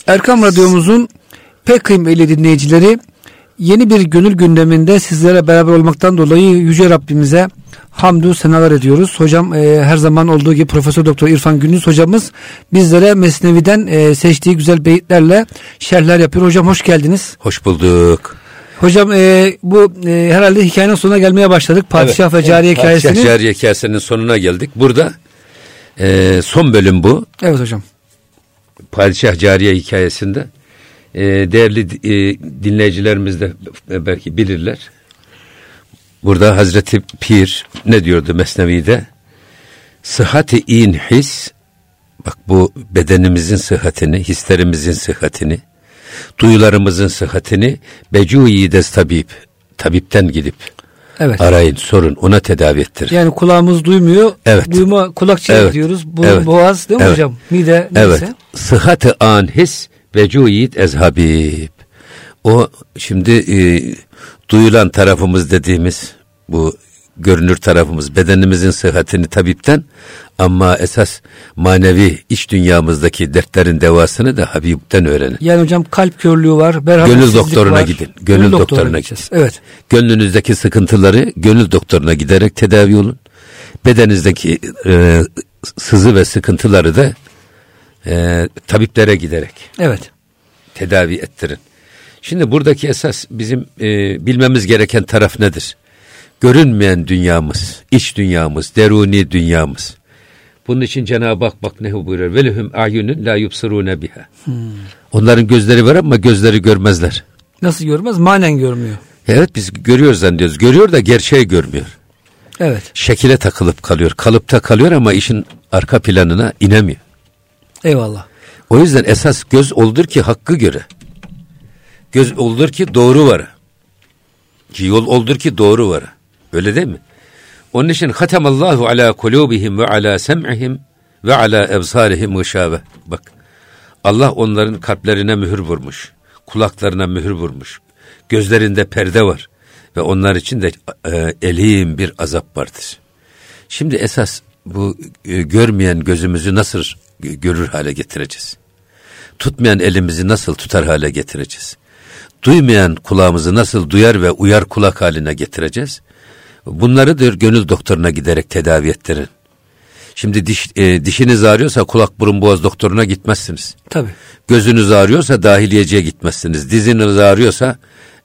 Erkam Radyomuzun pek kıymetli dinleyicileri, yeni bir gönül gündeminde sizlere beraber olmaktan dolayı Yüce Rabbimize hamdü senalar ediyoruz. Hocam her zaman olduğu gibi Profesör Doktor İrfan Gündüz hocamız bizlere Mesnevi'den seçtiği güzel beyitlerle şerhler yapıyor. Hocam hoş geldiniz. Hoş bulduk. Hocam bu herhalde hikayenin sonuna gelmeye başladık. Padişah ve Cariye hikayesinin. Padişah Cariye hikayesinin sonuna geldik. Burada son bölüm bu. Evet hocam. Padişah Cariye hikayesinde değerli dinleyicilerimiz de belki bilirler. Burada Hazreti Pir ne diyordu Mesnevi'de? Sıhhati in his, bak bu bedenimizin sıhhatini, hislerimizin sıhhatini, duyularımızın sıhhatini becuyides tabip, tabipten gidip arayın, sorun, ona tedavi ettir. Yani kulağımız duymuyor. Evet. Duyma kulakçı diyoruz. Bu boğaz değil mi hocam? Mide neyse. Evet. Sıhhat-ı an his vecuyid ezhabib. O şimdi duyulan tarafımız dediğimiz bu görünür tarafımız, bedenimizin sıhhatini tabipten, ama esas manevi iç dünyamızdaki dertlerin devasını da Habib'ten öğrenin. Yani hocam kalp körlüğü var, gönül doktoruna var. Gidin. Gönül doktoruna gidin. Evet. Gönlünüzdeki sıkıntıları gönül doktoruna giderek tedavi olun. Bedeninizdeki sızı ve sıkıntıları da tabiplere giderek tedavi ettirin. Şimdi buradaki esas bizim bilmemiz gereken taraf nedir? Görünmeyen dünyamız, iç dünyamız, deruni dünyamız. Bunun için Cenab-ı Hak bak ne buyuruyor? Velehum ayunun la yubsirune biha. Onların gözleri var ama gözleri görmezler. Nasıl görmez? Manen görmüyor. Evet, biz görüyoruz zannediyoruz. Görüyor da gerçeği görmüyor. Evet. Şekile takılıp kalıyor. Kalıpta kalıyor ama işin arka planına inemiyor. Eyvallah. O yüzden esas göz oldur ki hakkı göre. Göz oldur ki doğru var. Yol oldur ki doğru var. Öyle değil mi? Onun için hatemallahu ala kulubihim ve ala sem'ihim ve ala ebsarihim gışabe. Bak, Allah onların kalplerine mühür vurmuş. Kulaklarına mühür vurmuş. Gözlerinde perde var. Ve onlar için de elim bir azap vardır. Şimdi esas bu görmeyen gözümüzü nasıl görür hale getireceğiz? Tutmayan elimizi nasıl tutar hale getireceğiz? Duymayan kulağımızı nasıl duyar ve uyar kulak haline getireceğiz? Bunları gönül doktoruna giderek tedavi ettirin. Şimdi dişiniz ağrıyorsa kulak burun boğaz doktoruna gitmezsiniz. Tabii. Gözünüz ağrıyorsa dahiliyeciye gitmezsiniz. Diziniz ağrıyorsa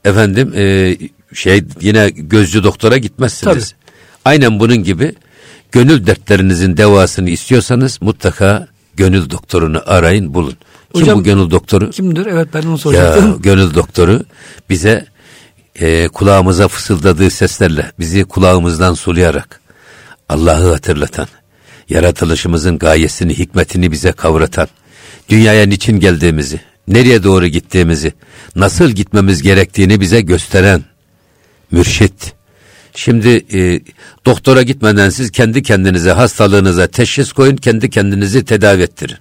yine gözcü doktora gitmezsiniz. Tabii. Aynen bunun gibi gönül dertlerinizin devasını istiyorsanız mutlaka gönül doktorunu arayın, bulun. Kim hocam, bu gönül doktoru? Kimdir? Evet, ben onu soracaktım. Gönül doktoru bize kulağımıza fısıldadığı seslerle, bizi kulağımızdan sulayarak Allah'ı hatırlatan, yaratılışımızın gayesini, hikmetini bize kavratan, dünyaya niçin geldiğimizi, nereye doğru gittiğimizi, nasıl gitmemiz gerektiğini bize gösteren mürşit. Şimdi doktora gitmeden siz kendi kendinize, hastalığınıza teşhis koyun, kendi kendinizi tedavi ettirin.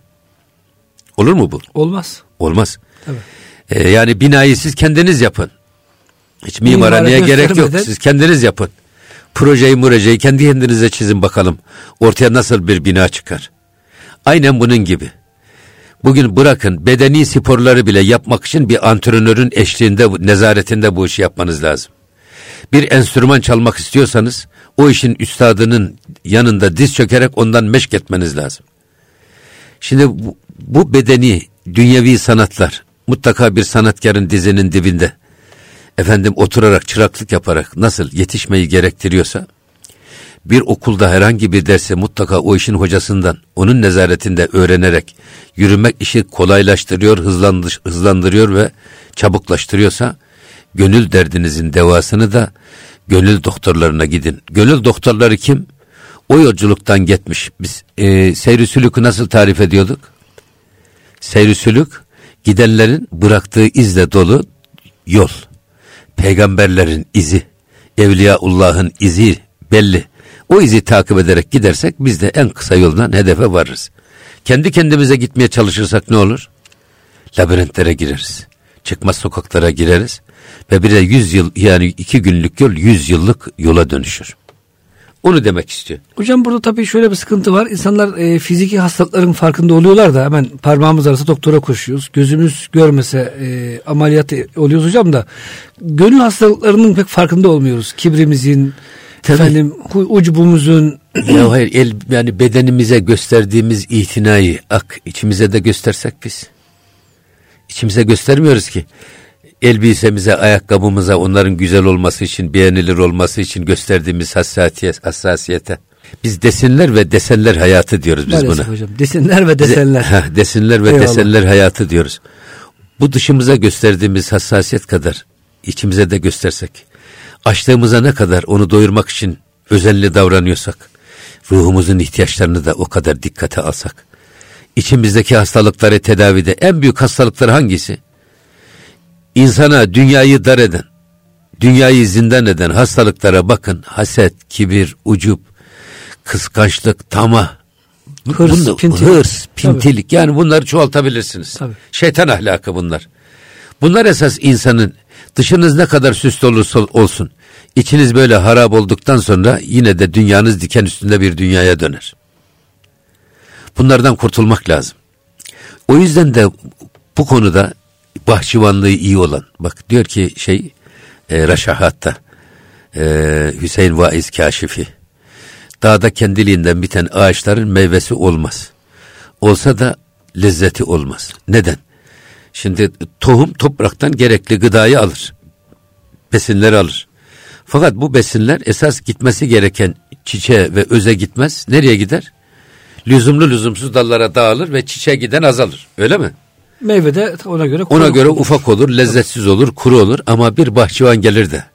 Olur mu bu? Olmaz. Olmaz. Tabii. Yani binayı siz kendiniz yapın. Hiç mimarhaneye gerek yok. Siz kendiniz yapın. Projeyi kendi kendinize çizin bakalım. Ortaya nasıl bir bina çıkar. Aynen bunun gibi. Bugün bırakın bedeni sporları bile yapmak için bir antrenörün eşliğinde, nezaretinde bu işi yapmanız lazım. Bir enstrüman çalmak istiyorsanız o işin üstadının yanında diz çökerek ondan meşk etmeniz lazım. Şimdi bu bedeni dünyevi sanatlar mutlaka bir sanatkarın dizinin dibinde oturarak çıraklık yaparak nasıl yetişmeyi gerektiriyorsa, bir okulda herhangi bir derse mutlaka o işin hocasından, onun nezaretinde öğrenerek yürümek işi kolaylaştırıyor, hızlandırıyor ve çabuklaştırıyorsa, gönül derdinizin devasını da gönül doktorlarına gidin. Gönül doktorları kim? O yolculuktan gitmiş. Biz seyr-i sülükü nasıl tarif ediyorduk? Seyr-i sülük, gidenlerin bıraktığı izle dolu yol. Peygamberlerin izi, Evliyaullah'ın izi belli. O izi takip ederek gidersek biz de en kısa yoldan hedefe varırız. Kendi kendimize gitmeye çalışırsak ne olur? Labirentlere gireriz. Çıkmaz sokaklara gireriz. Ve bir de 100 yıl, yani 2 günlük yol 100 yıllık yola dönüşür. Onu demek istiyor. Hocam burada tabii şöyle bir sıkıntı var. İnsanlar fiziki hastalıkların farkında oluyorlar da hemen parmağımız arası doktora koşuyoruz. Gözümüz görmese ameliyat oluyoruz hocam da gönül hastalıklarının pek farkında olmuyoruz. Kibrimizin, ucubumuzun. Ya hayır, yani bedenimize gösterdiğimiz itinayı içimize de göstersek biz. İçimize göstermiyoruz ki. Elbisemize, ayakkabımıza, onların güzel olması için, beğenilir olması için gösterdiğimiz hassasiyete. Biz desinler ve desenler hayatı diyoruz biz maalesef buna. Hocam. Desinler ve desenler. Desinler ve desenler hayatı diyoruz. Bu dışımıza gösterdiğimiz hassasiyet kadar içimize de göstersek, açlığımıza ne kadar onu doyurmak için özenli davranıyorsak, ruhumuzun ihtiyaçlarını da o kadar dikkate alsak, içimizdeki hastalıkları tedavide en büyük hastalıklar hangisi? İnsana dünyayı dar eden, dünyayı zindan eden hastalıklara bakın. Haset, kibir, ucup, kıskançlık, tamah, hırs, pintilik. Yani bunları çoğaltabilirsiniz. Tabii. Şeytan ahlakı bunlar. Bunlar esas insanın, dışınız ne kadar süslü olursa olsun, içiniz böyle harap olduktan sonra yine de dünyanız diken üstünde bir dünyaya döner. Bunlardan kurtulmak lazım. O yüzden de bu konuda bahçıvanlığı iyi olan, bak diyor ki Raşahat'ta Hüseyin Vaiz Kâşifi, dağda kendiliğinden biten ağaçların meyvesi olmaz. Olsa da lezzeti olmaz. Neden? Şimdi tohum topraktan gerekli gıdayı alır. Besinleri alır. Fakat bu besinler esas gitmesi gereken çiçeğe ve öze gitmez. Nereye gider? Lüzumlu lüzumsuz dallara dağılır ve çiçeğe giden azalır. Öyle mi? Meyve de ona göre ufak olur, lezzetsiz olur, kuru olur, ama bir bahçıvan gelir de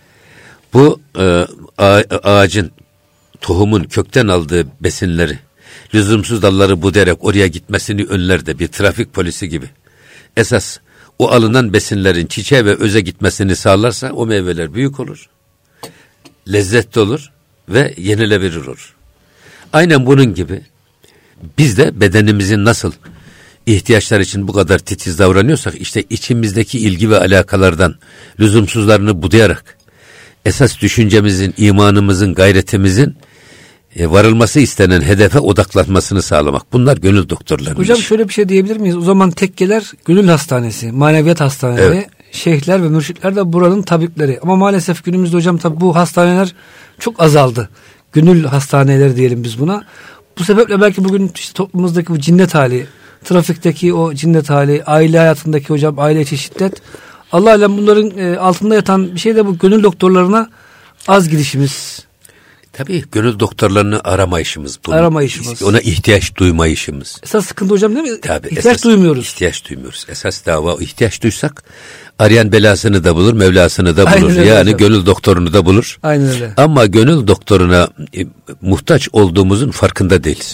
bu ağacın, tohumun kökten aldığı besinleri, lüzumsuz dalları budayarak oraya gitmesini önler de, bir trafik polisi gibi. Esas o alınan besinlerin çiçeğe ve öze gitmesini sağlarsa o meyveler büyük olur, lezzetli olur ve yenilebilir olur. Aynen bunun gibi biz de bedenimizin nasıl ihtiyaçlar için bu kadar titiz davranıyorsak, işte içimizdeki ilgi ve alakalardan lüzumsuzlarını budayarak esas düşüncemizin, imanımızın, gayretimizin varılması istenen hedefe odaklanmasını sağlamak. Bunlar gönül doktorlarının Hocam şöyle bir şey diyebilir miyiz? O zaman tekkeler gönül hastanesi, maneviyat hastaneleri, evet. Şeyhler ve mürşitler de buranın tabipleri. Ama maalesef günümüzde hocam tabi bu hastaneler çok azaldı. Gönül hastaneleri diyelim biz buna. Bu sebeple belki bugün işte toplumumuzdaki bu cinnet hali, trafikteki o cinnet hali, aile hayatındaki hocam aile içi şiddet, Allah alem bunların altında yatan bir şey de bu gönül doktorlarına az gidişimiz. Tabii gönül doktorlarını aramayışımız. Aramayışımız. Ona ihtiyaç duymayışımız. Esas sıkıntı hocam değil mi? Tabii, ihtiyaç duymuyoruz. İhtiyaç duymuyoruz. Esas dava ihtiyaç duysak arayan belasını da bulur, Mevlasını da bulur. Aynen öyle yani hocam. Gönül doktorunu da bulur. Aynen öyle. Ama gönül doktoruna muhtaç olduğumuzun farkında değiliz.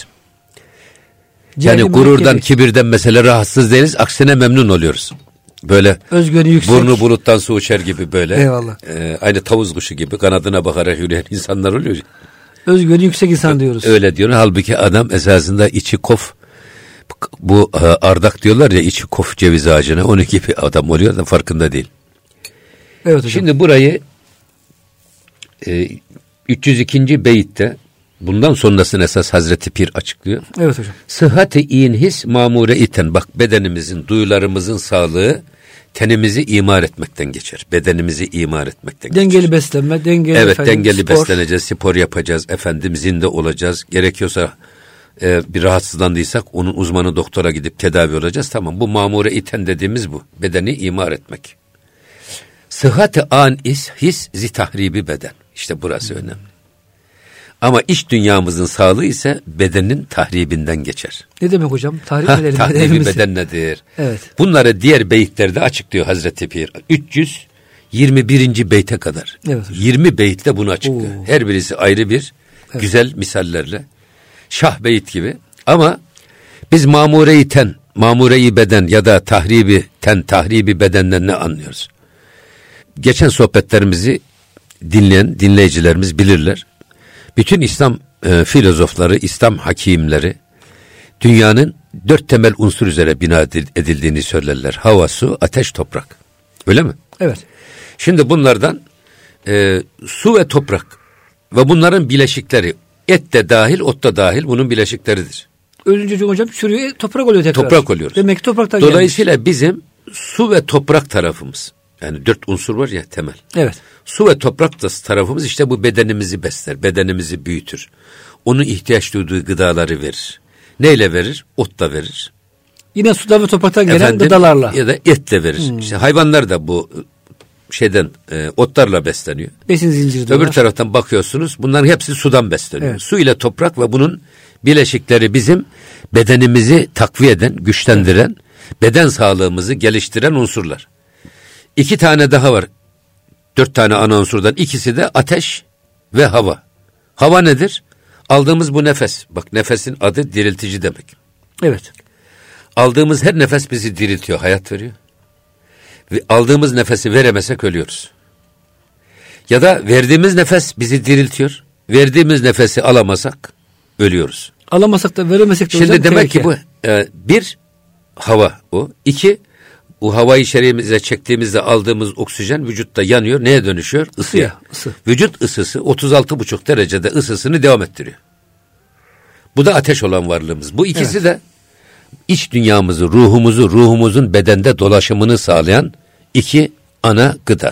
Yani gururdan, kibirden mesela rahatsız değiliz. Aksine memnun oluyoruz. Böyle özgüveni yüksek, burnu buluttan su uçar gibi böyle. Eyvallah. Aynı tavus kuşu gibi kanadına bakarak yürüyen insanlar oluyor. Özgüveni yüksek insan diyoruz. Öyle diyor. Halbuki adam esasında içi kof. Bu ardak diyorlar ya, içi kof ceviz ağacına. Onun gibi adam oluyor da farkında değil. Evet hocam. Şimdi burayı 302. beyitte, bundan sonrasını esas Hazreti Pir açıklıyor. Evet hocam. Sıhhati inhis mamure iten. Bak, bedenimizin, duyularımızın sağlığı tenimizi imar etmekten geçer. Bedenimizi imar etmekten geçer. Dengeli beslenme, dengeli besleneceğiz, spor yapacağız, zinde olacağız. Gerekiyorsa bir rahatsızlandıysak onun uzmanı doktora gidip tedavi olacağız. Tamam, bu mamure iten dediğimiz bu. Bedeni imar etmek. Sıhhati an his zitahribi beden. İşte burası önemli. Ama iç dünyamızın sağlığı ise bedenin tahribinden geçer. Ne demek hocam? Tahribi beden nedir? Evet. Bunları diğer beyitlerde açıklıyor Hazreti Pir. 321. beyte kadar. Evet. 20 beyitle bunu açıklıyor. Her birisi ayrı bir güzel misallerle. Şah beyit gibi. Ama biz mamureyi beden ya da tahribi bedenden ne anlıyoruz? Geçen sohbetlerimizi dinleyen dinleyicilerimiz bilirler. Bütün İslam filozofları, İslam hakimleri dünyanın 4 temel unsur üzere bina edildiğini söylerler. Hava, su, ateş, toprak. Öyle mi? Evet. Şimdi bunlardan su ve toprak ve bunların bileşikleri, et de dahil, ot da dahil, bunun bileşikleridir. Ölünce hocam çürüyor, toprak oluyor tekrar. Toprak oluyoruz. Demek ki topraktan dolayısıyla gelmiş. Bizim su ve toprak tarafımız, yani 4 unsur var ya temel. Evet. Su ve toprak tarafımız işte bu bedenimizi besler, bedenimizi büyütür. Onun ihtiyaç duyduğu gıdaları verir. Neyle verir? Otla verir. Yine suda ve topraktan gelen gıdalarla. Ya da etle verir. İşte hayvanlar da bu otlarla besleniyor. Besin zinciri de öbür var. taraftan bakıyorsunuz, bunların hepsi sudan besleniyor. Evet. Su ile toprak ve bunun bileşikleri bizim bedenimizi takviye eden, güçlendiren, beden sağlığımızı geliştiren unsurlar. 2 tane daha var. 4 tane ana unsurdan ikisi de ateş ve hava. Hava nedir? Aldığımız bu nefes. Bak, nefesin adı diriltici demek. Evet. Aldığımız her nefes bizi diriltiyor, hayat veriyor. Ve aldığımız nefesi veremesek ölüyoruz. Ya da verdiğimiz nefes bizi diriltiyor. Verdiğimiz nefesi alamasak ölüyoruz. Alamasak da veremesek de şimdi hocam, demek tehlike. ki bu bir hava o. 2 bu havayı içeriğimize çektiğimizde aldığımız oksijen vücutta yanıyor. Neye dönüşüyor? Isıya. Isı. Vücut ısısı 36,5 derecede ısısını devam ettiriyor. Bu da ateş olan varlığımız. Bu ikisi de iç dünyamızı, ruhumuzun bedende dolaşımını sağlayan 2 ana gıda.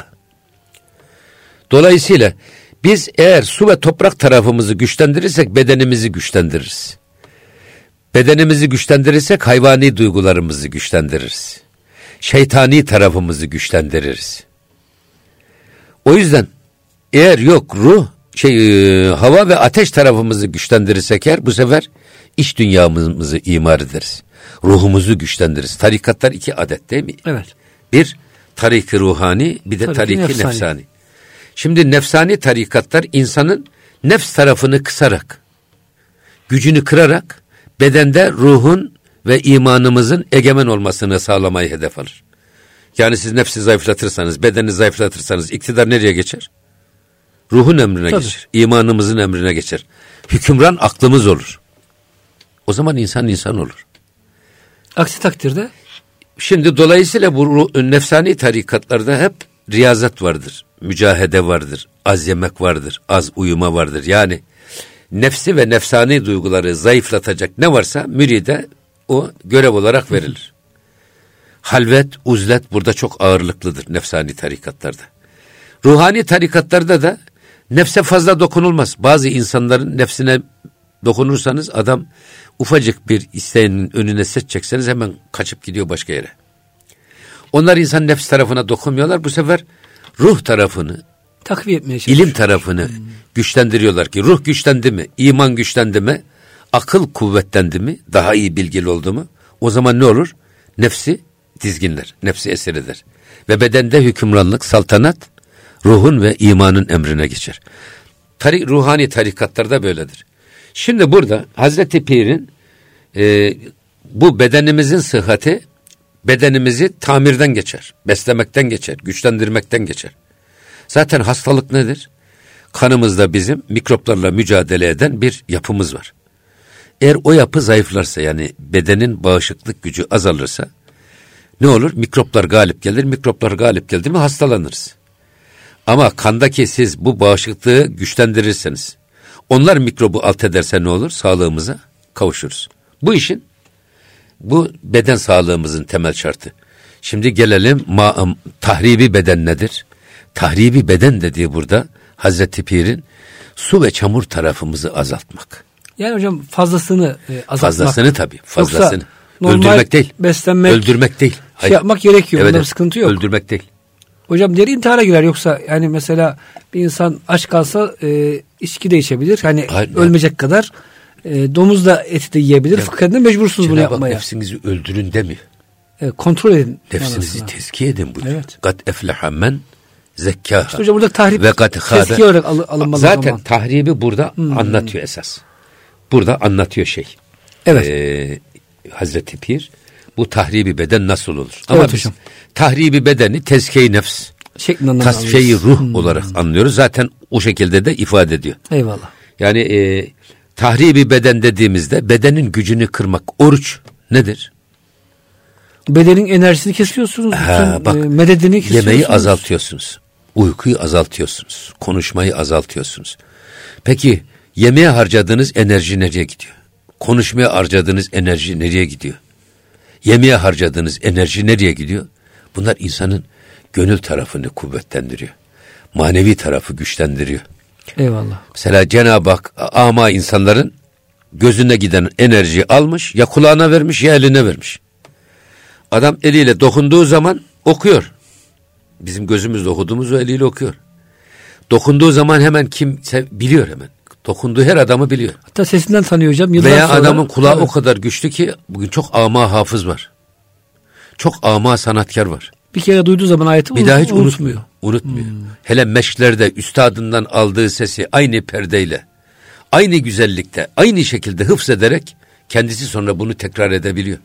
Dolayısıyla biz eğer su ve toprak tarafımızı güçlendirirsek bedenimizi güçlendiririz. Bedenimizi güçlendirirsek hayvani duygularımızı güçlendiririz. Şeytani tarafımızı güçlendiririz. O yüzden eğer hava ve ateş tarafımızı güçlendirirsek eğer bu sefer iç dünyamızı imar ederiz. Ruhumuzu güçlendiririz. Tarikatlar 2 adet değil mi? Evet. Bir tarik-i ruhani, bir de tarik-i nefsani. Şimdi nefsani tarikatlar insanın nefs tarafını kısarak, gücünü kırarak bedende ruhun ve imanımızın egemen olmasını sağlamayı hedef alır. Yani siz nefsi zayıflatırsanız, bedeni zayıflatırsanız iktidar nereye geçer? Ruhun emrine geçer. İmanımızın emrine geçer. Hükümran aklımız olur. O zaman insan olur. Aksi takdirde? Şimdi dolayısıyla bu nefsani tarikatlarda hep riyazat vardır. Mücahede vardır. Az yemek vardır. Az uyuma vardır. Yani nefsi ve nefsani duyguları zayıflatacak ne varsa müride o görev olarak verilir. Halvet, uzlet burada çok ağırlıklıdır nefsani tarikatlarda. Ruhani tarikatlarda da nefse fazla dokunulmaz. Bazı insanların nefsine dokunursanız adam ufacık bir isteğinin önüne set çekseniz hemen kaçıp gidiyor başka yere. Onlar insan nefs tarafına dokunmuyorlar. Bu sefer ruh tarafını, takviye etmeye çalışıyor. İlim tarafını güçlendiriyorlar ki ruh güçlendi mi, iman güçlendi mi, akıl kuvvetlendi mi, daha iyi bilgili oldu mu, o zaman ne olur? Nefsi dizginler, nefsi esir eder. Ve bedende hükümranlık, saltanat, ruhun ve imanın emrine geçer. Ruhani tarikatlarda böyledir. Şimdi burada Hazreti Pir'in bu bedenimizin sıhhati, bedenimizi tamirden geçer, beslemekten geçer, güçlendirmekten geçer. Zaten hastalık nedir? Kanımızda bizim mikroplarla mücadele eden bir yapımız var. Eğer o yapı zayıflarsa, yani bedenin bağışıklık gücü azalırsa ne olur? Mikroplar galip gelir. Mikroplar galip geldi mi hastalanırız. Ama kandaki siz bu bağışıklığı güçlendirirseniz, onlar mikrobu alt ederse ne olur? Sağlığımıza kavuşuruz. Bu beden sağlığımızın temel şartı. Şimdi gelelim tahribi beden nedir? Tahribi beden dediği burada Hazreti Pir'in su ve çamur tarafımızı azaltmak. Yani hocam fazlasını azaltmak. Fazlasını tabii. Fazlasını. Yoksa öldürmek değil. Beslenmek. Öldürmek değil. Hayır. Yapmak gerekiyor. Evet, Bunda sıkıntı yok. Öldürmek değil. Hocam deri intihara girer, yoksa yani mesela bir insan aç kalsa içki de içebilir. Hani ölmeyecek kadar domuz da eti de yiyebilir. Fakat mecbursunuz bunu yapmaya. Nefsinizi öldürün demiyor. Kontrol edin. Nefsinizi tezkiye edin buyuruyor. Evet. Kat efleha men zekkâha. İşte hocam burada tahrip tezkiye olarak alınmalı. Zaten tahribi burada anlatıyor esas. Burada anlatıyor Evet. Hazreti Pir bu tahribi beden nasıl olur? Ama evet, biz hocam. Tahribi bedeni tezkiye-i nefs, tasfiye-i ruh olarak anlıyoruz. Zaten o şekilde de ifade ediyor. Eyvallah. Yani tahribi beden dediğimizde bedenin gücünü kırmak. Oruç nedir? Bedenin enerjisini kesiyorsunuz. Mededini kesiyorsunuz. Yemeği azaltıyorsunuz. Uykuyu azaltıyorsunuz. Konuşmayı azaltıyorsunuz. Peki yemeğe harcadığınız enerji nereye gidiyor? Konuşmaya harcadığınız enerji nereye gidiyor? Yemeğe harcadığınız enerji nereye gidiyor? Bunlar insanın gönül tarafını kuvvetlendiriyor. Manevi tarafı güçlendiriyor. Eyvallah. Mesela Cenab-ı Hak ama insanların gözüne giden enerjiyi almış, ya kulağına vermiş ya eline vermiş. Adam eliyle dokunduğu zaman okuyor. Bizim gözümüzle okuduğumuz o eliyle okuyor. Dokunduğu zaman hemen kimse biliyor hemen. Dokunduğu her adamı biliyor. Hatta sesinden tanıyor hocam. Veya sonra, adamın kulağı o kadar güçlü ki bugün çok ama hafız var. Çok ama sanatkar var. Bir kere duyduğu zaman ayeti bir daha hiç unutmuyor. Hele meşklerde üstadından aldığı sesi aynı perdeyle, aynı güzellikte, aynı şekilde hıfz ederek kendisi sonra bunu tekrar edebiliyor.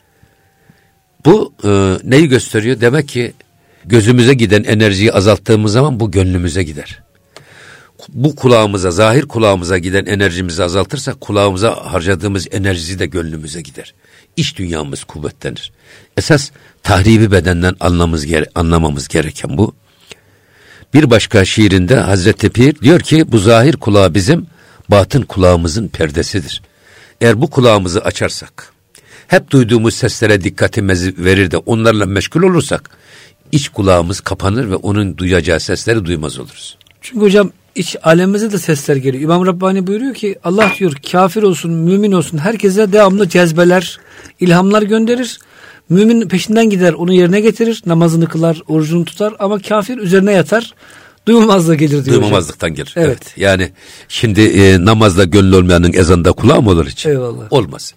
Bu neyi gösteriyor? Demek ki gözümüze giden enerjiyi azalttığımız zaman bu gönlümüze gider. Bu kulağımıza, zahir kulağımıza giden enerjimizi azaltırsak kulağımıza harcadığımız enerjisi de gönlümüze gider. İç dünyamız kuvvetlenir. Esas tahribi bedenden anlamamız gereken bu. Bir başka şiirinde Hazreti Pir diyor ki bu zahir kulağı bizim batın kulağımızın perdesidir. Eğer bu kulağımızı açarsak, hep duyduğumuz seslere dikkatimizi verir de onlarla meşgul olursak iç kulağımız kapanır ve onun duyacağı sesleri duymaz oluruz. Çünkü hocam iç alemimize de sesler geliyor. İmam Rabbani buyuruyor ki Allah diyor kafir olsun, mümin olsun herkese devamlı cezbeler, ilhamlar gönderir. Mümin peşinden gider, onu yerine getirir, namazını kılar, orucunu tutar ama kafir üzerine yatar, duymamazlığa gelir diyor. Duymamazlıktan gelir. Evet. Yani şimdi namazda gönlü olmayanın ezanda kulağı mı olur hiç? Eyvallah. Olmaz.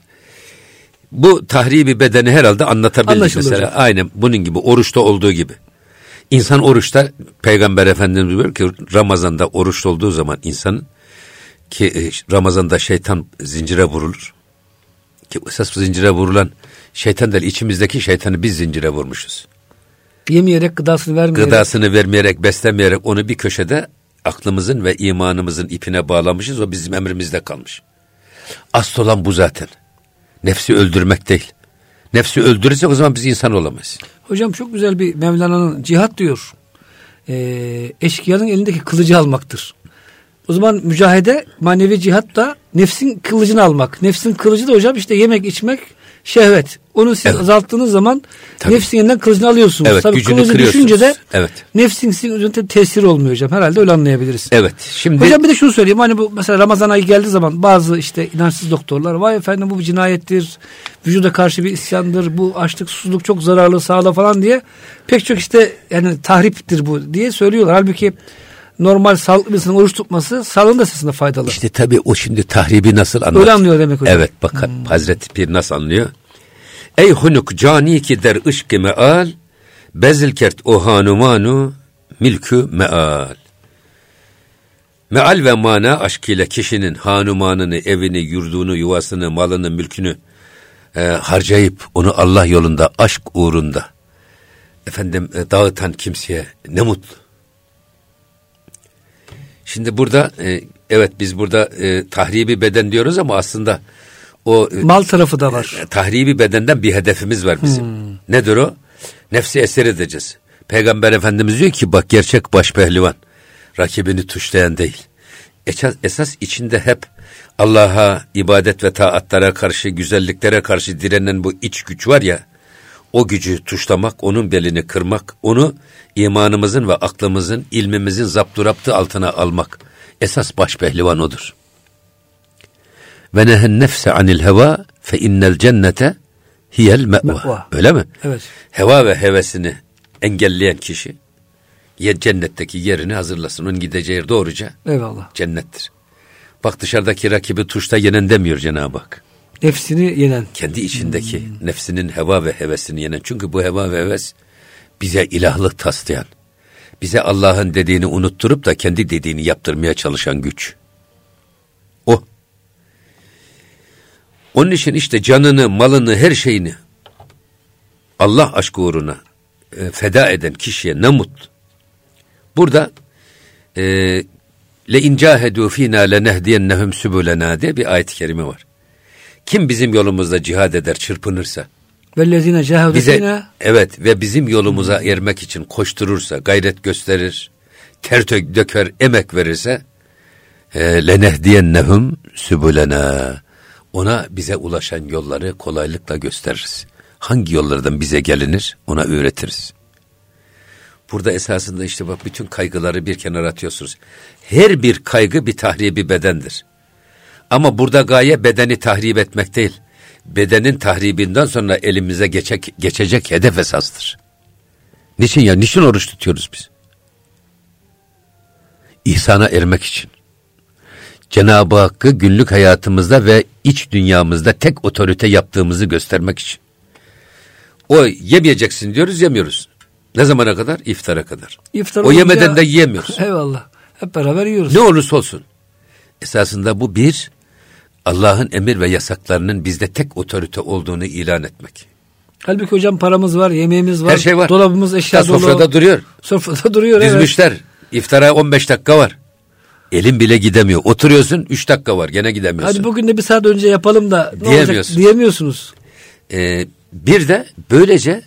Bu tahribi bedeni herhalde anlatabildik mesela. Hocam. Aynen bunun gibi, oruçta olduğu gibi. İnsan oruçta, Peygamber Efendimiz diyor ki Ramazan'da oruçta olduğu zaman insanın ki Ramazan'da şeytan zincire vurulur. Ki esas zincire vurulan şeytan değil, içimizdeki şeytanı biz zincire vurmuşuz. Yemeyerek, gıdasını vermeyerek, beslemeyerek onu bir köşede aklımızın ve imanımızın ipine bağlamışız. O bizim emrimizde kalmış. Asıl olan bu zaten. Nefsi öldürmek değil. Nefsi öldürürse o zaman biz insan olamayız. Hocam çok güzel bir Mevlana'nın cihat diyor. Eşkıyanın elindeki kılıcı almaktır. O zaman mücahede, manevi cihat da nefsin kılıcını almak. Nefsin kılıcı da hocam işte yemek, içmek, şehvet. Onu siz azalttığınız zaman nefsin elinden kılıcını alıyorsunuz. Evet, tabii gücünü kılıcı düşünce de evet. Nefsin sizin üzerinde tesir olmuyor hocam. Herhalde öyle anlayabiliriz. Evet. Şimdi hocam bir de şunu söyleyeyim. Hani bu mesela Ramazan ayı geldiği zaman bazı işte inançsız doktorlar vay efendim bu bir cinayettir. Vücuda karşı bir isyandır. Bu açlık, susuzluk çok zararlı sağlığa falan diye pek çok işte yani tahriptir bu diye söylüyorlar. Halbuki normal sağlıklı bir insanın oruç tutması sağlığın da esasında faydalı. İşte tabii o şimdi tahribi nasıl anlatıyor? Öyle anlıyor demek hocam. Evet bakın Hazreti Pir nasıl anlıyor? Ey hunuk cani ki der ışk-ı meal, bezil kert o hanumanu milkü meal. Meal ve mana aşk ile kişinin hanumanını, evini, yurdunu, yuvasını, malını, mülkünü harcayıp onu Allah yolunda, aşk uğrunda dağıtan kimseye ne mutlu. Şimdi burada evet biz burada tahribi beden diyoruz ama aslında o mal tarafı da var. Tahribi bedenden bir hedefimiz var bizim. Nedir o? Nefsi esir edeceğiz. Peygamber Efendimiz diyor ki bak gerçek başpehlivan rakibini tuşlayan değil. Esas içinde hep Allah'a, ibadet ve taatlara karşı, güzelliklere karşı direnen bu iç güç var ya, o gücü tuşlamak, onun belini kırmak, onu imanımızın ve aklımızın, ilmimizin zapturaptı altına almak. Esas başpehlivan odur. Ve nehen nefse anil heva fe innel cennete hiyel me'va. Öyle mi? Evet. Heva ve hevesini engelleyen kişi cennetteki yerini hazırlasın. Onun gideceği yer doğruca cennettir. Bak dışarıdaki rakibi tuşta yenen demiyor Cenab-ı Hak. Nefsini yenen. Kendi içindeki nefsinin heva ve hevesini yenen. Çünkü bu heva ve heves bize ilahlık taslayan, bize Allah'ın dediğini unutturup da kendi dediğini yaptırmaya çalışan güç. O. Onun için işte canını, malını, her şeyini Allah aşkı uğruna feda eden kişiye ne mutlu. Burada le incahedu fina lenehdiyennehum subulena diye bir ayet-i kerime var. Kim bizim yolumuzda cihad eder, çırpınırsa, bize, evet ve bizim yolumuza ermek için koşturursa, gayret gösterir, ter döker, emek verirse, lenehdiyennehum sübülena. Ona bize ulaşan yolları kolaylıkla gösteririz. Hangi yollardan bize gelinir ona öğretiriz. Burada esasında işte bak bütün kaygıları bir kenara atıyorsunuz. Her bir kaygı bir tahribi bedendir. Ama burada gaye bedeni tahrip etmek değil. Bedenin tahribinden sonra elimize geçecek hedef esastır. Niçin ya? Niçin oruç tutuyoruz biz? İhsana ermek için. Cenab-ı Hakk'ı günlük hayatımızda ve iç dünyamızda tek otorite yaptığımızı göstermek için. O yemeyeceksin diyoruz, yemiyoruz. Ne zamana kadar? İftara kadar. İftar o yemeden de yiyemiyoruz. Eyvallah. Hep beraber yiyoruz. Ne olursa olsun. Esasında bu bir Allah'ın emir ve yasaklarının bizde tek otorite olduğunu ilan etmek. Halbuki hocam paramız var, yemeğimiz var. Her şey var. Dolabımız eşya dolu. Sofrada duruyor. Sofrada duruyor. Dizmişler. Evet. İftara 15 dakika var. Elin bile gidemiyor. Oturuyorsun 3 dakika var. Gene gidemiyorsun. Hadi bugün de bir saat önce yapalım da ne olacak diyemiyorsunuz. Bir de böylece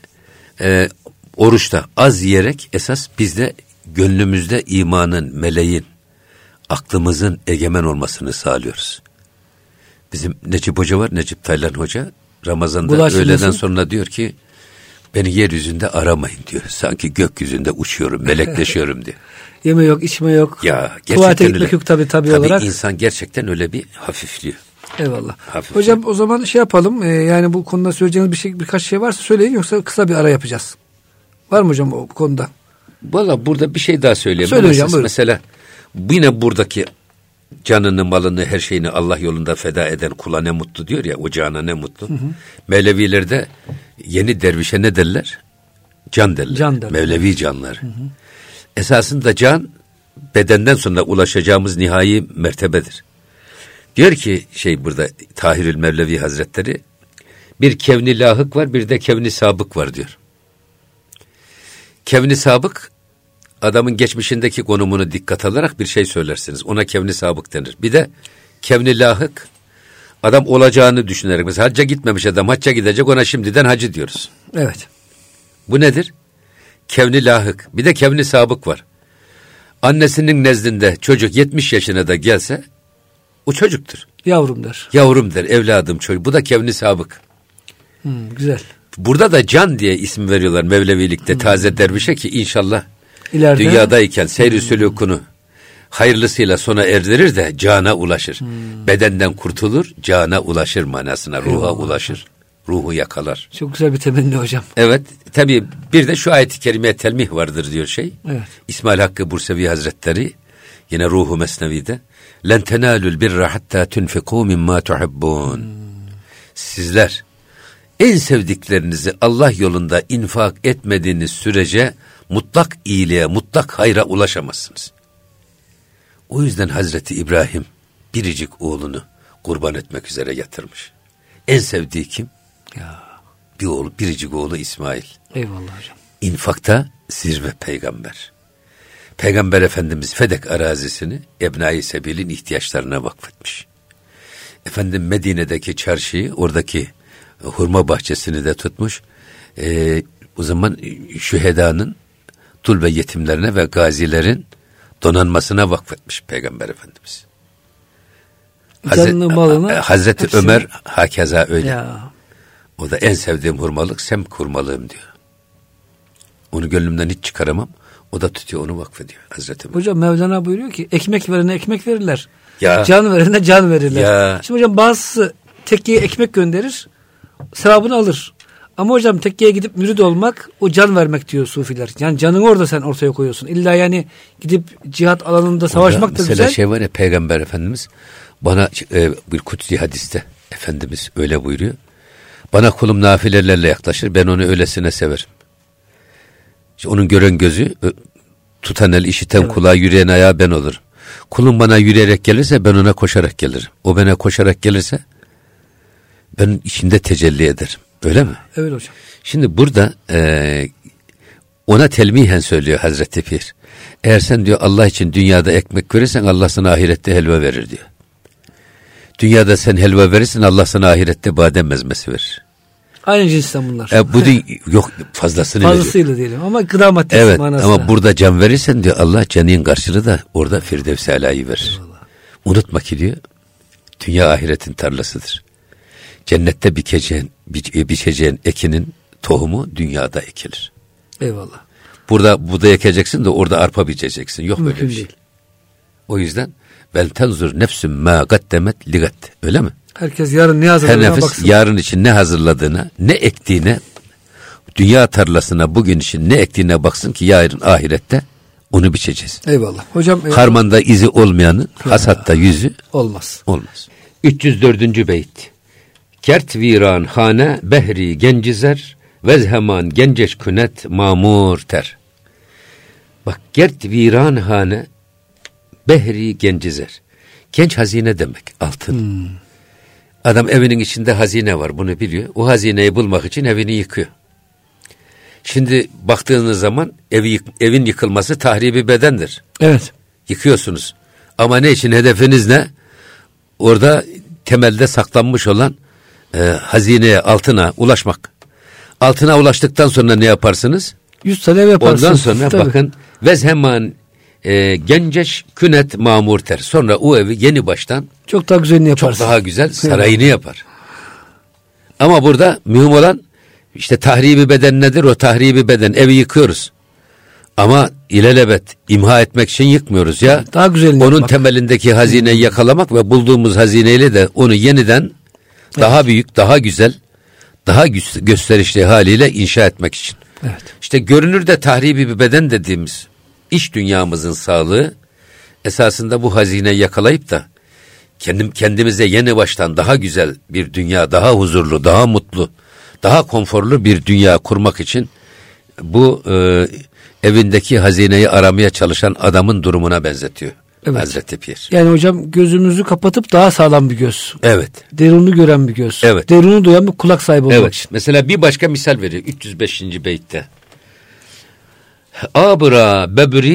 oruçta az yiyerek esas bizde gönlümüzde imanın, meleğin, aklımızın egemen olmasını sağlıyoruz. Bizim Necip Hoca var, Necip Taylan Hoca. Ramazan'da öğleden sonra diyor ki beni yeryüzünde aramayın diyor. Sanki gökyüzünde uçuyorum, melekleşiyorum diyor. Yeme yok, içme yok. Ya tuvalete gitmek yok tabii olarak. Tabii insan gerçekten öyle bir hafifliyor. Eyvallah. Hocam o zaman şey yapalım. Yani bu konuda söyleyeceğiniz birkaç şey varsa söyleyin, yoksa kısa bir ara yapacağız. Var mı hocam o konuda? Valla burada bir şey daha söyleyeyim. Söyle hocam, buyurun. Mesela yine buradaki canını, malını, her şeyini Allah yolunda feda eden kula ne mutlu diyor ya, o cana ne mutlu. Hı hı. Mevlevilerde yeni dervişe ne derler? Can derler. Can derler. Mevlevi canlar. Hı hı. Esasında can bedenden sonra ulaşacağımız nihai mertebedir. Diyor ki burada Tahirül Mevlevi Hazretleri, bir kevni lahık var, bir de kevni sabık var diyor. Kevni sabık, adamın geçmişindeki konumunu dikkat alarak bir şey söylersiniz. Ona kevni sabık denir. Bir de kevni lahık, adam olacağını düşünerek, mesela hacca gitmemiş adam, hacca gidecek, ona şimdiden hacı diyoruz. Evet. Bu nedir? Kevni lahık. Bir de kevni sabık var. Annesinin nezdinde çocuk 70 yaşına da gelse o çocuktur. Yavrum der. Yavrum der, evladım çocuk. Bu da kevni sabık. Güzel. Burada da can diye isim veriyorlar Mevlevilikte taze dervişe ki inşallah İleride, dünyadayken seyr-i sülûkunu hayırlısıyla sona erdirir de cana ulaşır. Bedenden kurtulur, cana ulaşır manasına, ruha ulaşır. Ruhu yakalar. Çok güzel bir temenni hocam. Evet. Tabii bir de şu ayet-i kerimeye telmih vardır diyor Evet. İsmail Hakkı Bursevi Hazretleri yine Ruhu Mesnevi'de "Len tenâlul birra hattâ tunfikû mimmâ tuhibbûn." Sizler en sevdiklerinizi Allah yolunda infak etmediğiniz sürece mutlak iyiliğe, mutlak hayra ulaşamazsınız. O yüzden Hazreti İbrahim biricik oğlunu kurban etmek üzere yatırmış. En sevdiği kim? Ya. Biricik oğlu İsmail. Eyvallah hocam. İnfakta zirve peygamber. Peygamber Efendimiz Fedek arazisini Ebnai Sebil'in ihtiyaçlarına vakfetmiş. Efendim Medine'deki çarşıyı, oradaki hurma bahçesini de tutmuş. O zaman şühedanın, dul ve yetimlerine ve gazilerin donanmasına vakfetmiş Peygamber Efendimiz. Hazreti hepsini... Ömer hakeza öyle. Ya. O da en sevdiğim hurmalık semk hurmalığım diyor. Onu gönlümden hiç çıkaramam. O da tutuyor, onu vakfediyor Hazreti Ömer. Hocam Mevlana buyuruyor ki ekmek verene ekmek verirler. Ya. Can verene can verirler. Ya. Şimdi hocam bazısı tekkiye ekmek gönderir, sevabını alır. Ama hocam tekkiye gidip mürid olmak, o can vermek diyor sufiler. Yani canını orada sen ortaya koyuyorsun. İlla yani gidip cihat alanında savaşmak da güzel. Mesela şey var ya, Peygamber Efendimiz bana bir kutsi hadiste Efendimiz öyle buyuruyor. Bana kulum nafilelerle yaklaşır, ben onu öylesine severim. İşte onun gören gözü, tutan el, işiten kulağı, yürüyen ayağı ben olurum. Kulum bana yürüyerek gelirse ben ona koşarak gelirim. O bana koşarak gelirse ben içinde tecelli ederim. Öyle mi? Evet hocam. Şimdi burada ona telmihen söylüyor Hazreti Pir. Eğer sen diyor Allah için dünyada ekmek verirsen Allah sana ahirette helva verir diyor. Dünyada sen helva verirsin, Allah sana ahirette badem mezmesi verir. Aynı cinsten bunlar. Bu yok fazlasıyla diyelim ama gıda maddesi evet, manasında. Ama burada can verirsen diyor Allah canın karşılığı da orada Firdevs-i Alâ'yı verir. Eyvallah. Unutma ki diyor, dünya ahiretin tarlasıdır. Cennette biçeceğin ekinin tohumu dünyada ekilir. Eyvallah. Burada buğday ekeceksin de orada arpa biçeceksin. Yok mümkün öyle bir şey. değil. O yüzden vel tenzur nefsün ma gaddemet ligat. Öyle mi? Herkes yarın ne hazırladığına baksın. Her nefes nefes yarın için ne hazırladığına, ne ektiğine, dünya tarlasına bugün için ne ektiğine baksın ki yarın ahirette onu biçeceğiz. Eyvallah. Hocam harmanda izi olmayanın hasatta yüzü olmaz. 304. beyt. Kert viran hane behri gencizer vezheman genceş künet mamur ter. Bak, kert viran hane behri gencizer. Genç hazine demek, altın. Adam evinin içinde hazine var, bunu biliyor. O hazineyi bulmak için evini yıkıyor. Şimdi baktığınız zaman evin yıkılması tahribi bedendir. Evet. Yıkıyorsunuz. Ama ne için? Hedefiniz ne? Orada temelde saklanmış olan hazineye, altına ulaşmak. Altına ulaştıktan sonra ne yaparsınız? 100 tane ev yaparsınız. Ondan sonra tabii. Bakın vezheman genceş künet mamur ter. Sonra o evi yeni baştan çok daha güzelini yaparsın. Çok daha güzel sarayını yapar. Ama burada mühim olan işte tahribi beden nedir? O tahribi beden, evi yıkıyoruz. Ama ilelebet imha etmek için yıkmıyoruz ya. Daha güzelini onun yapmak. temelindeki hazineyi yakalamak ve bulduğumuz hazineyle de onu yeniden daha büyük, daha güzel, daha gösterişli haliyle inşa etmek için. Evet. İşte görünürde tahribi bir beden dediğimiz iç dünyamızın sağlığı esasında bu hazineyi yakalayıp da kendimize yeni baştan daha güzel bir dünya, daha huzurlu, daha mutlu, daha konforlu bir dünya kurmak için bu evindeki hazineyi aramaya çalışan adamın durumuna benzetiyor. Evet. Hazreti Pir. Yani hocam gözümüzü kapatıp daha sağlam bir göz. Evet. Derunu gören bir göz. Evet. Derunu duyan bir kulak sahibi olmak için. Mesela bir başka misal veriyor 305. beytte. Abra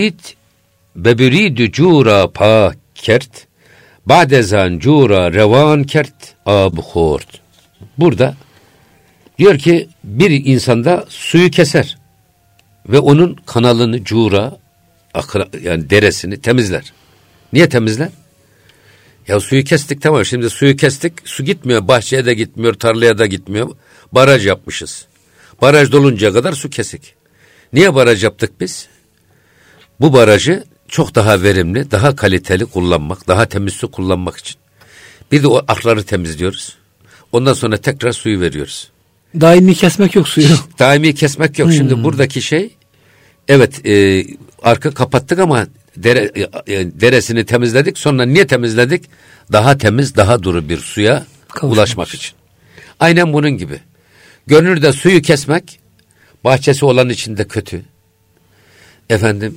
bebridu cura pa kert badezan cura revan kert abhort. Burada diyor ki bir insanda suyu keser ve onun kanalını cura, yani deresini temizler. Niye temizler? Ya suyu kestik, tamam, şimdi suyu kestik, su gitmiyor, bahçeye de gitmiyor, tarlaya da gitmiyor. Baraj yapmışız. Baraj doluncaya kadar su kesik. Niye baraj yaptık biz? Bu barajı çok daha verimli, daha kaliteli kullanmak, daha temiz su kullanmak için. Bir de o akları temizliyoruz. Ondan sonra tekrar suyu veriyoruz. Daimi kesmek yok suyu. Daimi kesmek yok. Şimdi buradaki şey, evet, arka kapattık ama deresini temizledik. Sonra niye temizledik? Daha temiz, daha duru bir suya ulaşmak için. Aynen bunun gibi. Görünürde suyu kesmek, bahçesi olan için de kötü. Efendim,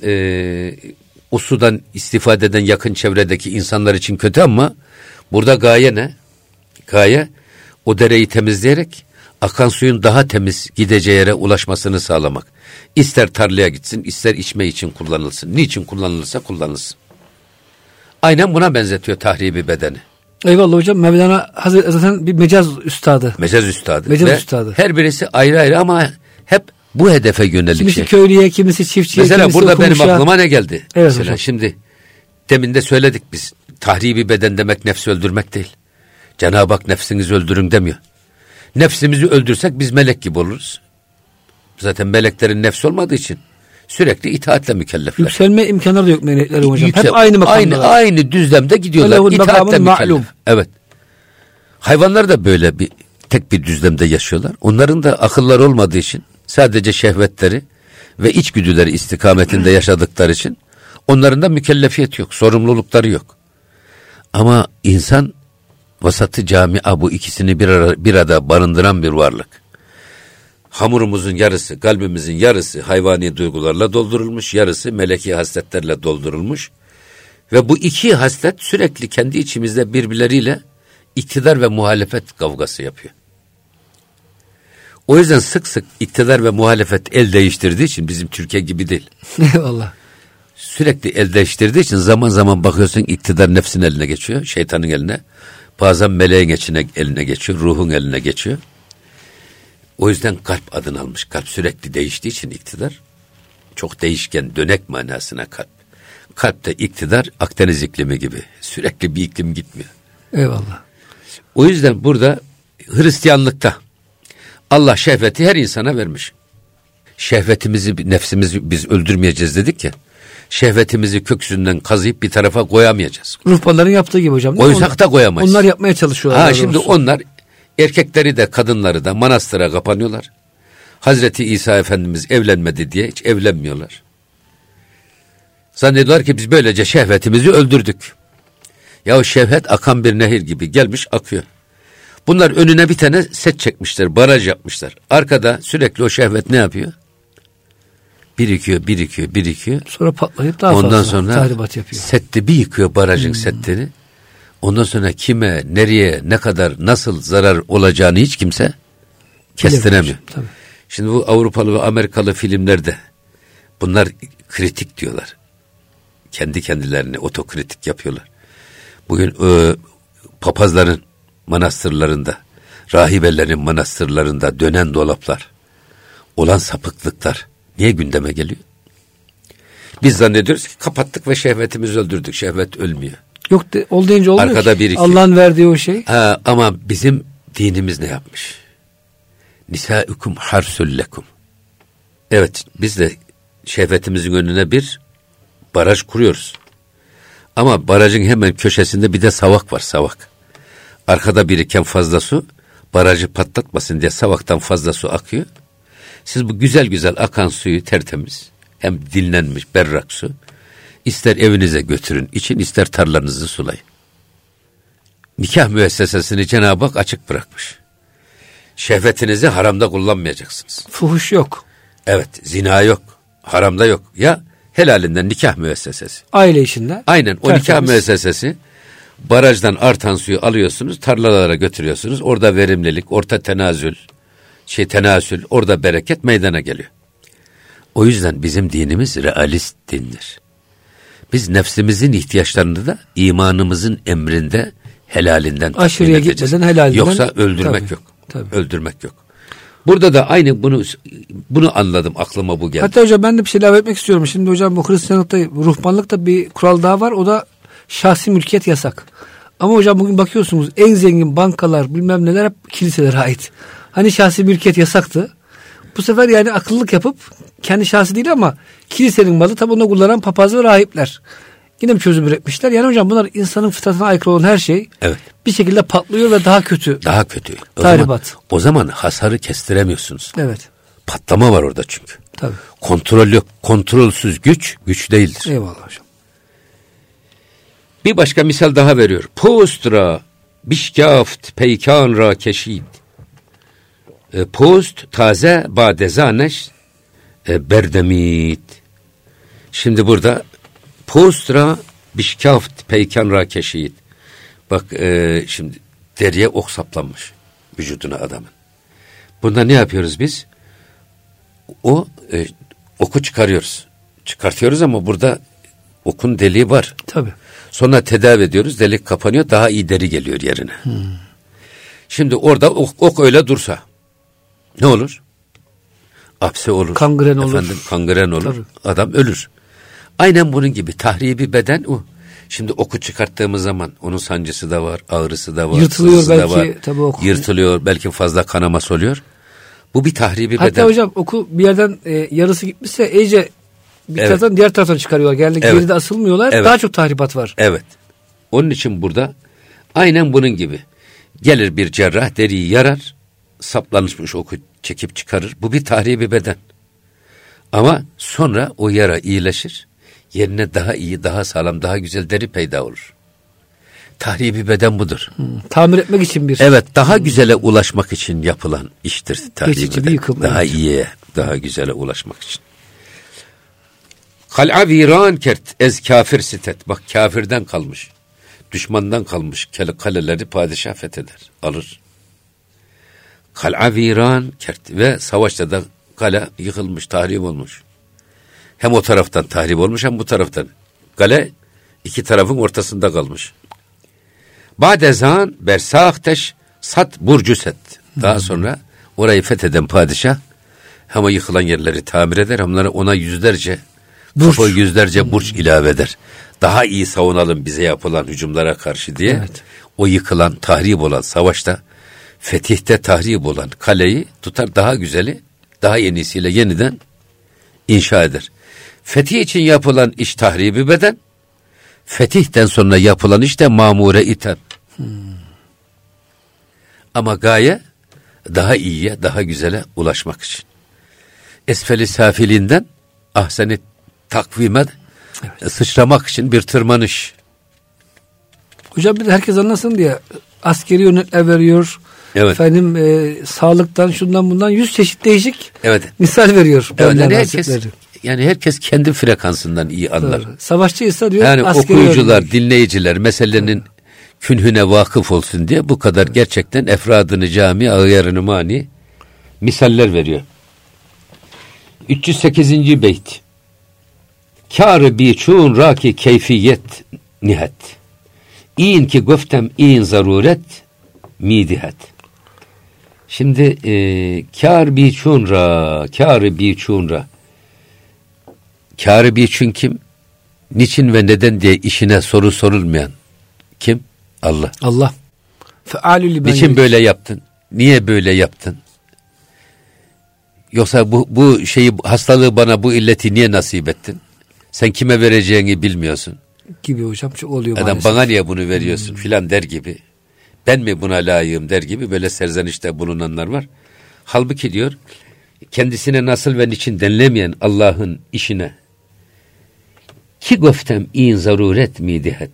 o sudan istifade eden yakın çevredeki insanlar için kötü ama burada gaye ne? Gaye o dereyi temizleyerek akan suyun daha temiz gideceği yere ulaşmasını sağlamak. İster tarlaya gitsin, ister içme için kullanılsın. Niçin kullanılırsa kullanılsın. Aynen buna benzetiyor tahribi bedeni. Eyvallah hocam. Mevlana Hazretleri zaten bir mecaz üstadı. Mecaz üstadı. Mecaz üstadı. Her birisi ayrı ayrı ama hep bu hedefe yönelik kimisi şey. Köylüye, kimisi çiftçiye, mesela kimisi burada okumuşa. benim aklıma ne geldi? Evet mesela hocam. Şimdi demin de söyledik biz. Tahribi beden demek nefsi öldürmek değil. Cenab-ı Hak nefsinizi öldürün demiyor. Nefsimizi öldürsek biz melek gibi oluruz. Zaten meleklerin nefsi olmadığı için sürekli itaatle mükellefler. Yükselme imkanları da yok meleklerin hocam. Hep aynı makamdalar. Aynı düzlemde gidiyorlar. İtaatle mükellef. Evet. Hayvanlar da böyle tek bir düzlemde yaşıyorlar. Onların da akılları olmadığı için, sadece şehvetleri ve içgüdüleri istikametinde yaşadıkları için onların da mükellefiyet yok, sorumlulukları yok. Ama insan vasatı camia, bu ikisini bir arada barındıran bir varlık. Hamurumuzun yarısı, kalbimizin yarısı hayvani duygularla doldurulmuş, yarısı meleki hasletlerle doldurulmuş. Ve bu iki haslet sürekli kendi içimizde birbirleriyle iktidar ve muhalefet kavgası yapıyor. O yüzden sık sık iktidar ve muhalefet el değiştirdiği için, bizim Türkiye gibi değil. Eyvallah. Sürekli el değiştirdiği için zaman zaman bakıyorsun iktidar nefsin eline geçiyor, şeytanın eline. Bazen meleğin eline geçiyor, ruhun eline geçiyor. O yüzden kalp adını almış. Kalp sürekli değiştiği için iktidar çok değişken, dönek manasına kalp. Kalpte iktidar Akdeniz iklimi gibi. Sürekli bir iklim gitmiyor. Eyvallah. O yüzden burada Hristiyanlıkta Allah şehveti her insana vermiş. Şehvetimizi, nefsimizi biz öldürmeyeceğiz dedik ya. Şehvetimizi köksünden kazıyıp bir tarafa koyamayacağız. Ruhbanların yaptığı gibi hocam. Koysak da koyamayız. Onlar yapmaya çalışıyorlar. Şimdi onlar erkekleri de kadınları da manastıra kapanıyorlar. Hazreti İsa Efendimiz evlenmedi diye hiç evlenmiyorlar. Zannediyorlar ki biz böylece şehvetimizi öldürdük. Ya o şehvet akan bir nehir gibi gelmiş akıyor. Bunlar önüne bir tane set çekmişler, baraj yapmışlar. Arkada sürekli o şehvet ne yapıyor? Birikiyor. Sonra patlayıp daha ondan fazla sonra tahribat yapıyor. Setti bir yıkıyor barajın setleri. Ondan sonra kime, nereye, ne kadar, nasıl zarar olacağını hiç kimse kestiremiyor. Tabii. Şimdi bu Avrupalı ve Amerikalı filmlerde bunlar kritik diyorlar. Kendi kendilerine otokritik yapıyorlar. Bugün papazların manastırlarında, rahibelerin manastırlarında dönen dolaplar, olan sapıklıklar niye gündeme geliyor? Biz zannediyoruz ki kapattık ve şehvetimizi öldürdük. Şehvet ölmüyor. Yok ol deyince olmuyor arkada ki. birikiyor. Allah'ın verdiği o şey. Ama bizim dinimiz ne yapmış? Nisâukum harsul lekum. Evet, biz de şehvetimizin önüne bir baraj kuruyoruz. Ama barajın hemen köşesinde bir de savak var, savak. Arkada biriken fazla su, barajı patlatmasın diye savaktan fazla su akıyor. Siz bu güzel güzel akan suyu tertemiz, hem dinlenmiş berrak su, ister evinize götürün, için ister tarlanızı sulayın. Nikah müessesesini Cenab-ı Hak açık bırakmış. Şehvetinizi haramda kullanmayacaksınız. Fuhuş yok. Evet, zina yok, haramda yok. Ya helalinden nikah müessesesi. Aile işinde. Aynen, o tertemiz nikah müessesesi. Barajdan artan suyu alıyorsunuz, tarlalara götürüyorsunuz. Orada verimlilik, orta tenasül, orada bereket meydana geliyor. O yüzden bizim dinimiz realist dindir. Biz nefsimizin ihtiyaçlarını da imanımızın emrinde helalinden aşırıya gitmeden helalinden. Yoksa öldürmek tabii, yok. Tabii. Öldürmek yok. Burada da aynı bunu anladım, aklıma bu geldi. Hatta hocam ben de bir şey ilave etmek istiyorum. Şimdi hocam bu Hristiyanlıkta, ruhbanlıkta bir kural daha var. O da şahsi mülkiyet yasak. Ama hocam bugün bakıyorsunuz en zengin bankalar bilmem neler hep kiliselere ait. Hani şahsi mülkiyet yasaktı. Bu sefer yani akıllılık yapıp kendi şahsi değil ama kilisenin malı tabi onu kullanan papaz ve rahipler. Yine bir çözüm üretmişler. Yani hocam bunlar insanın fıtratına aykırı olan her şey bir şekilde patlıyor ve daha kötü. Daha kötü. Tahribat. O zaman hasarı kestiremiyorsunuz. Evet. Patlama var orada çünkü. Tabii. Kontrol yok. Kontrolsüz güç değildir. Eyvallah hocam. Bir başka misal daha veriyor. Postra bişkaft peykan ra keşid. Post taze badezaneş berdemit. Şimdi burada postra bişkaft peykan ra keşid. Bak şimdi deriye ok saplanmış vücuduna adamın. Bunda ne yapıyoruz biz? Oku çıkarıyoruz. Çıkartıyoruz ama burada okun deliği var. Tabii. Sonra tedavi ediyoruz. Delik kapanıyor. Daha iyi deri geliyor yerine. Şimdi orada ok öyle dursa ne olur? Apse olur. Kangren olur. Kangren olur. Tabii. Adam ölür. Aynen bunun gibi. Tahribi beden o. Şimdi oku çıkarttığımız zaman onun sancısı da var, ağrısı da var. Yırtılıyor belki. Tabii oku. Yırtılıyor. Belki fazla kanaması oluyor. Bu bir tahribi beden. Hatta hocam oku bir yerden yarısı gitmişse iyice bir taraftan diğer taraftan çıkarıyorlar. Yani geride asılmıyorlar. Evet. Daha çok tahribat var. Evet. Onun için burada aynen bunun gibi. Gelir bir cerrah deriyi yarar. Saplanmış oku çekip çıkarır. Bu bir tahribi beden. Ama sonra o yara iyileşir. Yerine daha iyi, daha sağlam, daha güzel deri peyda olur. Tahribi beden budur. Tamir etmek için bir. Evet, daha güzele ulaşmak için yapılan iştir tahribi beden. Yıkım, daha iyiye, daha güzele ulaşmak için. Kal'a viran kert ez kafir sitet. Bak kafirden kalmış. Düşmandan kalmış kaleleri padişah fetheder. Alır. Kal'a viran kert ve savaşta da kale yıkılmış, tahrip olmuş. Hem o taraftan tahrip olmuş hem bu taraftan. Kale iki tarafın ortasında kalmış. Badezan bersahteş sat burcu set. Daha sonra orayı fetheden padişah hem o yıkılan yerleri tamir eder hem ona yüzlerce Burç. O yüzlerce burç ilave eder. Daha iyi savunalım bize yapılan hücumlara karşı diye. Evet. O yıkılan, tahrip olan savaşta, fetihte tahrip olan kaleyi tutar, daha güzeli, daha yenisiyle yeniden inşa eder. Fetih için yapılan iş tahribi beden, fetihten sonra yapılan iş de mamure iten. Ama gaye daha iyiye, daha güzele ulaşmak için. Esfeli safiliğinden ahseni takvime sıçramak için bir tırmanış. Hocam bir de herkes anlasın diye askeri örnekler veriyor. Evet. Efendim sağlıktan şundan bundan 100 çeşit değişik misal veriyor. Evet, yani herkes kendi frekansından iyi anlar. Doğru. Savaşçıysa diyor yani okuyucular, dinleyiciler meselenin künhüne vakıf olsun diye bu kadar gerçekten efradını cami, ağyarını mani misaller veriyor. 308. beyt. Kâr-ı biçûn râki keyfiyet nihet. İyin ki göftem iyin zaruret midihet. Şimdi kâr-ı biçûn ra, kâr-ı biçûn ra. Kâr-ı biçûn kim? Niçin ve neden diye işine soru sorulmayan kim? Allah. Allah. Niçin böyle yaptın? Niye böyle yaptın? Yoksa bu şeyi, hastalığı bana, bu illeti niye nasip ettin? Sen kime vereceğini bilmiyorsun. Gibi hocam çok oluyor adam maalesef. Bana niye bunu veriyorsun filan der gibi. Ben mi buna layığım der gibi böyle serzenişte bulunanlar var. Halbuki diyor kendisine nasıl ve niçin denilemeyen Allah'ın işine ki göftem in zaruret midihet.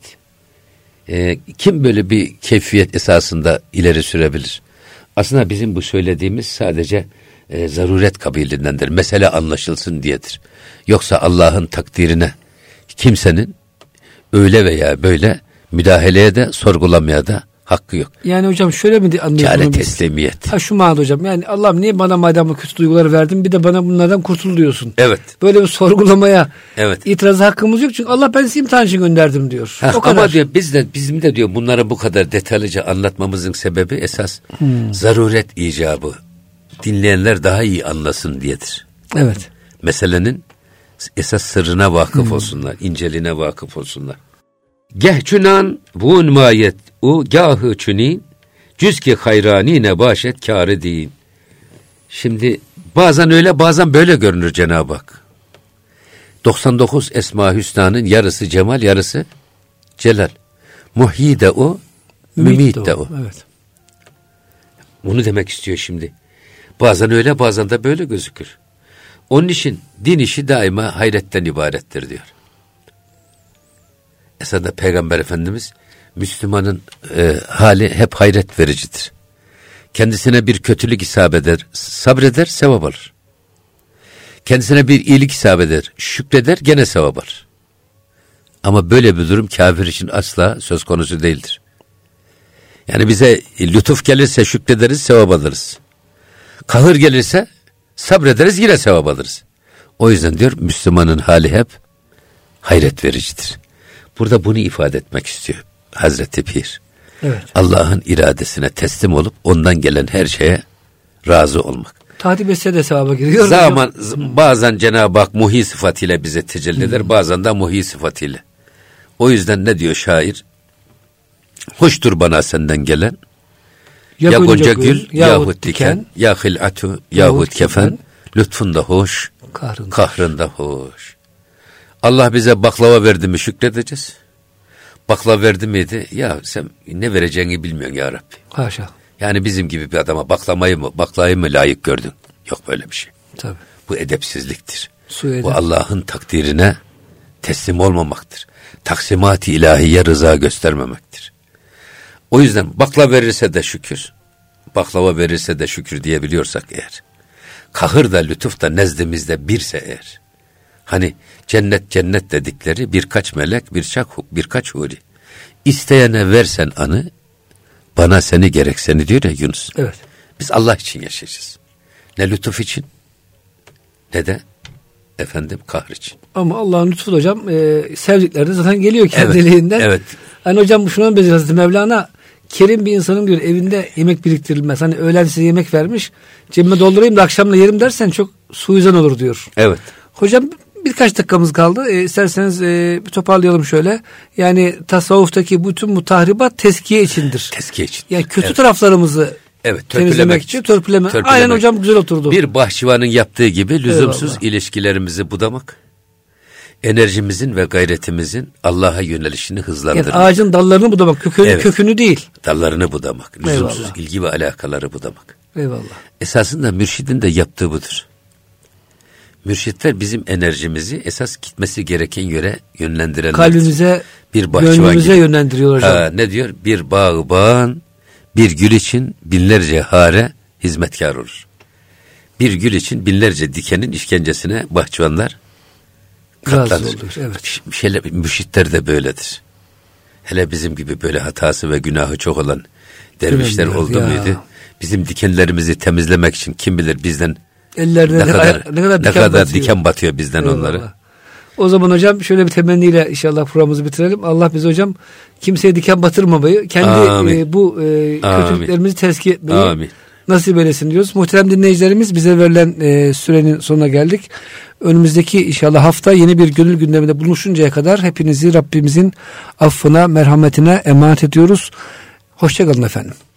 Kim böyle bir keyfiyet esasında ileri sürebilir? Aslında bizim bu söylediğimiz sadece zaruret kabilindendir. Mesele anlaşılsın diyedir. Yoksa Allah'ın takdirine kimsenin öyle veya böyle müdahaleye de sorgulamaya da hakkı yok. Yani hocam şöyle mi anlıyorsunuz? Kâre teslimiyet. Ha şu manada hocam. Yani Allah'ım niye bana madem bu kötü duyguları verdin bir de bana bunlardan kurtul diyorsun. Evet. Böyle bir sorgulamaya itiraz hakkımız yok çünkü Allah ben sizi imtihan için gönderdim diyor. O kadar. Ama diyor bizim de diyor bunları bu kadar detaylıca anlatmamızın sebebi esas zaruret icabı. Dinleyenler daha iyi anlasın diyedir. Evet. Meselenin esas sırrına vakıf olsunlar, inceliğine vakıf olsunlar. Gehçünan vun mayet u gahı çünin cüzki hayrani ne başet kârı deyin. Şimdi bazen öyle bazen böyle görünür Cenab-ı Hak. 99 Esma-i Hüsna'nın yarısı cemal, yarısı celal. Muhyi de o, mümit de o. Evet. Bunu demek istiyor şimdi. Bazen öyle bazen de böyle gözükür. Onun için din işi daima hayretten ibarettir diyor. Esasında Peygamber Efendimiz Müslümanın hali hep hayret vericidir. Kendisine bir kötülük isabet eder, sabreder, sevap alır. Kendisine bir iyilik isabet eder, şükreder, gene sevap alır. Ama böyle bir durum kafir için asla söz konusu değildir. Yani bize lütuf gelirse şükrederiz, sevap alırız. Kahır gelirse sabrederiz, yine sevap alırız. O yüzden diyor Müslümanın hali hep hayret vericidir. Burada bunu ifade etmek istiyor Hazreti Pir. Evet. Allah'ın iradesine teslim olup ondan gelen her şeye razı olmak. Tahdip etse de sevaba giriyor. Bazen Cenab-ı Hak muhi sıfatıyla bize tecelli eder, bazen de muhi sıfatıyla. O yüzden ne diyor şair? Hoştur bana senden gelen ya gonca gül yahut diken, ya hil'atu yahut kefen, lütfun da hoş, kahrın da hoş. Allah bize baklava verdi mi şükredeceğiz. Baklava verdi miydi? Ya sen ne vereceğini bilmiyorsun ya Rabbi. Haşa. Yani bizim gibi bir adama baklavayı mı layık gördün? Yok böyle bir şey. Tabii. Bu edepsizliktir. Bu Allah'ın takdirine teslim olmamaktır. Taksimat-ı ilahiye rıza göstermemektir. O yüzden baklava verirse de şükür, baklava verirse de şükür diyebiliyorsak eğer, kahır da lütuf da nezdimizde birse eğer, hani cennet dedikleri birkaç melek, birkaç huri, isteyene versen anı, bana seni gerek seni diyor ya Yunus. Evet. Biz Allah için yaşayacağız. Ne lütuf için, ne de kahr için. Ama Allah'ın lütfu hocam sevdikleri de zaten geliyor kendiliğinden. Evet. Hani hocam şuna benziyor Hazreti Mevlana, kerim bir insanın diyor evinde yemek biriktirilmez. Hani öğlen size yemek vermiş, cebime doldurayım da akşamla yerim dersen çok suizan olur diyor. Evet. Hocam birkaç dakikamız kaldı. İsterseniz bir toparlayalım şöyle. Yani tasavvuftaki bütün bu tahribat tezkiye içindir. Tezkiye için. Yani kötü taraflarımızı temizlemek için törpüleme. Aynen hocam, güzel oturdu. Bir bahçıvanın yaptığı gibi lüzumsuz ilişkilerimizi budamak, enerjimizin ve gayretimizin Allah'a yönelişini hızlandırmak. Yani ağacın dallarını budamak, kökünü değil. Dallarını budamak, lüzumsuz ilgi ve alakaları budamak. Eyvallah. Esasında mürşidin de yaptığı budur. Mürşitler bizim enerjimizi esas gitmesi gereken yöre yönlendirenler. Kalbimize, bir gönlümüze yönlendiriyor hocam. Ne diyor? Bir bağban, bir gül için binlerce hare hizmetkar olur. Bir gül için binlerce dikenin işkencesine bahçıvanlar katlanır. Evet. Mürşitler de böyledir. Hele bizim gibi böyle hatası ve günahı çok olan dervişler oldu muydu? Bizim dikenlerimizi temizlemek için kim bilir bizden ellerine ne kadar diken batıyor bizden. Eyvallah. Onları. O zaman hocam şöyle bir temenniyle inşallah programımızı bitirelim. Allah bize hocam kimseye diken batırmamayı, kendi bu kötülüklerimizi tezkiye etmeyi nasip eylesin diyoruz. Muhterem dinleyicilerimiz, bize verilen sürenin sonuna geldik. Önümüzdeki inşallah hafta yeni bir gönül gündeminde buluşuncaya kadar hepinizi Rabbimizin affına, merhametine emanet ediyoruz. Hoşça kalın efendim.